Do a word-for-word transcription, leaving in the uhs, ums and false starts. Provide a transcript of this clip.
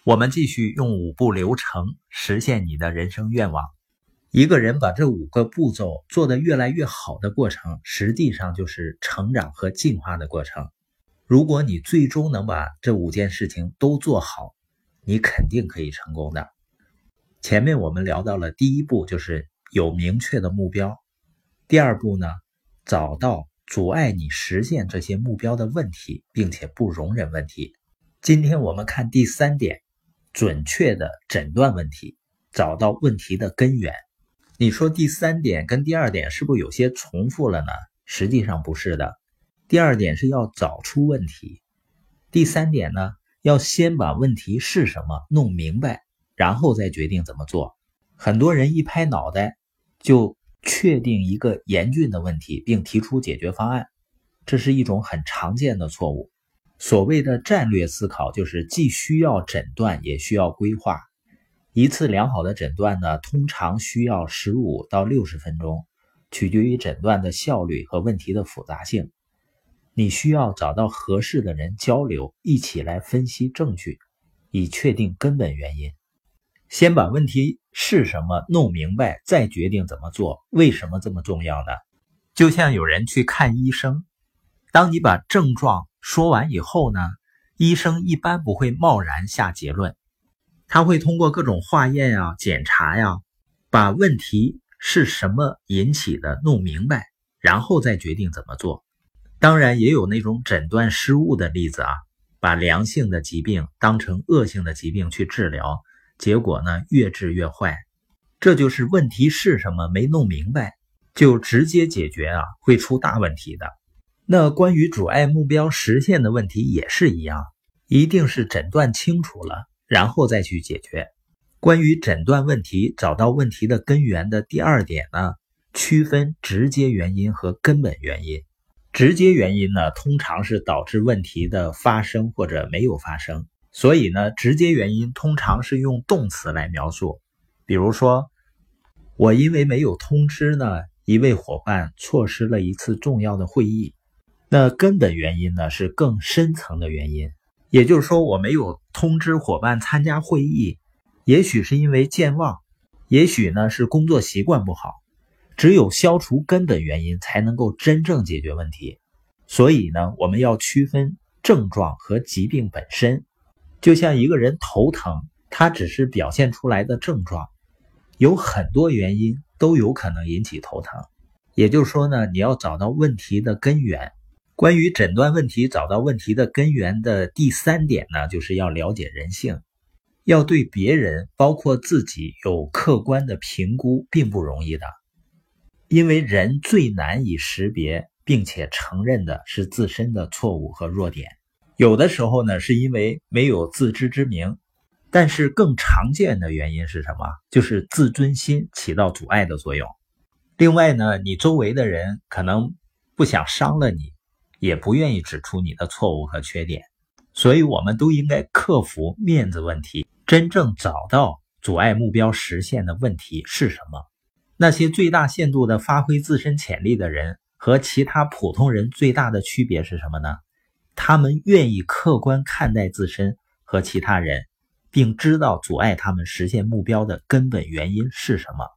我们继续用五步流程实现你的人生愿望。一个人把这五个步骤做得越来越好的过程，实际上就是成长和进化的过程。如果你最终能把这五件事情都做好，你肯定可以成功的。前面我们聊到了第一步，就是有明确的目标。第二步呢，找到阻碍你实现这些目标的问题，并且不容忍问题。今天我们看第三点，准确的诊断问题，找到问题的根源。你说第三点跟第二点是不是有些重复了呢？实际上不是的。第二点是要找出问题，第三点呢，要先把问题是什么弄明白，然后再决定怎么做。很多人一拍脑袋就确定一个严峻的问题，并提出解决方案，这是一种很常见的错误。所谓的战略思考，就是既需要诊断也需要规划。一次良好的诊断呢，通常需要十五到六十分钟，取决于诊断的效率和问题的复杂性。你需要找到合适的人交流，一起来分析证据，以确定根本原因。先把问题是什么弄明白，再决定怎么做。为什么这么重要呢？就像有人去看医生，当你把症状说完以后呢，医生一般不会贸然下结论，他会通过各种化验啊、检查呀，把问题是什么引起的弄明白，然后再决定怎么做。当然也有那种诊断失误的例子啊，把良性的疾病当成恶性的疾病去治疗，结果呢越治越坏。这就是问题是什么没弄明白，就直接解决啊，会出大问题的。那关于阻碍目标实现的问题也是一样，一定是诊断清楚了，然后再去解决。关于诊断问题，找到问题的根源的第二点呢，区分直接原因和根本原因。直接原因呢，通常是导致问题的发生或者没有发生，所以呢，直接原因通常是用动词来描述。比如说，我因为没有通知呢，一位伙伴错失了一次重要的会议。那根本原因呢，是更深层的原因，也就是说，我没有通知伙伴参加会议，也许是因为健忘，也许呢是工作习惯不好。只有消除根本原因，才能够真正解决问题。所以呢，我们要区分症状和疾病本身。就像一个人头疼，它只是表现出来的症状，有很多原因都有可能引起头疼。也就是说呢，你要找到问题的根源。关于诊断问题、找到问题的根源的第三点呢，就是要了解人性。要对别人，包括自己有客观的评估，并不容易的。因为人最难以识别并且承认的是自身的错误和弱点。有的时候呢，是因为没有自知之明，但是更常见的原因是什么？就是自尊心起到阻碍的作用。另外呢，你周围的人可能不想伤了你，也不愿意指出你的错误和缺点。所以我们都应该克服面子问题，真正找到阻碍目标实现的问题是什么。那些最大限度的发挥自身潜力的人和其他普通人最大的区别是什么呢？他们愿意客观看待自身和其他人，并知道阻碍他们实现目标的根本原因是什么。